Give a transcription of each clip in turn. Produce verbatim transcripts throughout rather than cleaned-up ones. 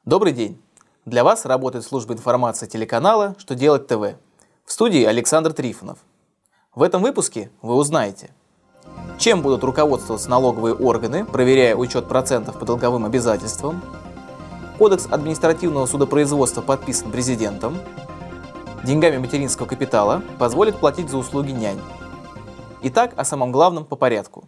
Добрый день! Для вас работает служба информации телеканала «Что делать ТВ». В студии Александр Трифонов. В этом выпуске вы узнаете, чем будут руководствоваться налоговые органы, проверяя учет процентов по долговым обязательствам, Кодекс административного судопроизводства подписан президентом, деньгами материнского капитала позволят платить за услуги нянь. Итак, о самом главном по порядку.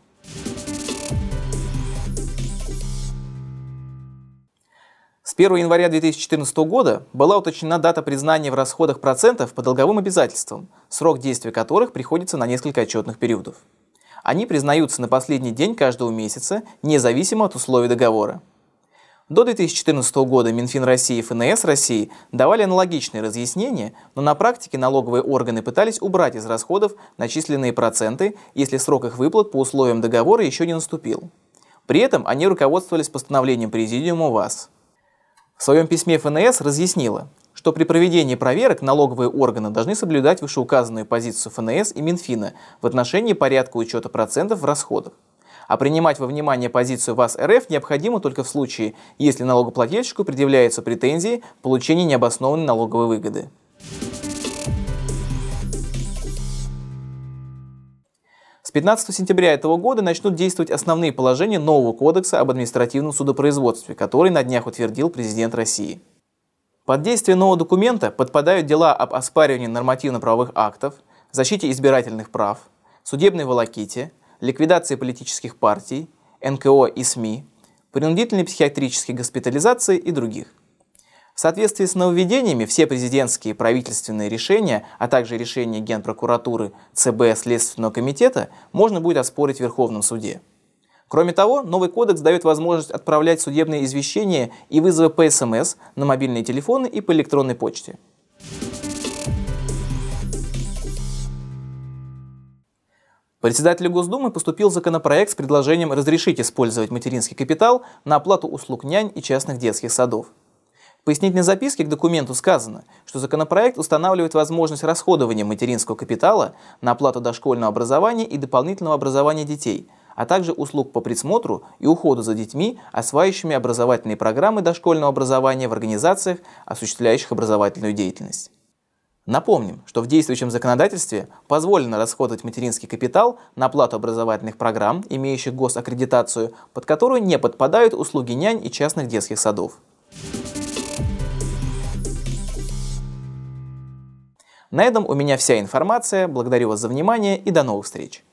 С первого января две тысячи четырнадцатого года была уточнена дата признания в расходах процентов по долговым обязательствам, срок действия которых приходится на несколько отчетных периодов. Они признаются на последний день каждого месяца, независимо от условий договора. До две тысячи четырнадцатого года Минфин России и ФНС России давали аналогичные разъяснения, но на практике налоговые органы пытались убрать из расходов начисленные проценты, если срок их выплат по условиям договора еще не наступил. При этом они руководствовались постановлением Президиума ВАС. В своем письме ФНС разъяснила, что при проведении проверок налоговые органы должны соблюдать вышеуказанную позицию ФНС и Минфина в отношении порядка учета процентов в расходах. А принимать во внимание позицию ВАС РФ необходимо только в случае, если налогоплательщику предъявляются претензии в получении необоснованной налоговой выгоды. С пятнадцатого сентября этого года начнут действовать основные положения нового Кодекса об административном судопроизводстве, который на днях утвердил президент России. Под действие нового документа подпадают дела об оспаривании нормативно-правовых актов, защите избирательных прав, судебной волоките, ликвидации политических партий, эн ка о и СМИ, принудительной психиатрической госпитализации и других. В соответствии с нововведениями все президентские и правительственные решения, а также решения Генпрокуратуры, цэ бэ, Следственного комитета можно будет оспорить в Верховном суде. Кроме того, новый кодекс дает возможность отправлять судебные извещения и вызовы по эс эм эс на мобильные телефоны и по электронной почте. Председателю Госдумы поступил законопроект с предложением разрешить использовать материнский капитал на оплату услуг нянь и частных детских садов. В пояснительной записке к документу сказано, что законопроект устанавливает возможность расходования материнского капитала на оплату дошкольного образования и дополнительного образования детей, а также услуг по присмотру и уходу за детьми, осваивающими образовательные программы дошкольного образования в организациях, осуществляющих образовательную деятельность. Напомним, что в действующем законодательстве позволено расходовать материнский капитал на оплату образовательных программ, имеющих госаккредитацию, под которую не подпадают услуги нянь и частных детских садов. На этом у меня вся информация. Благодарю вас за внимание и до новых встреч!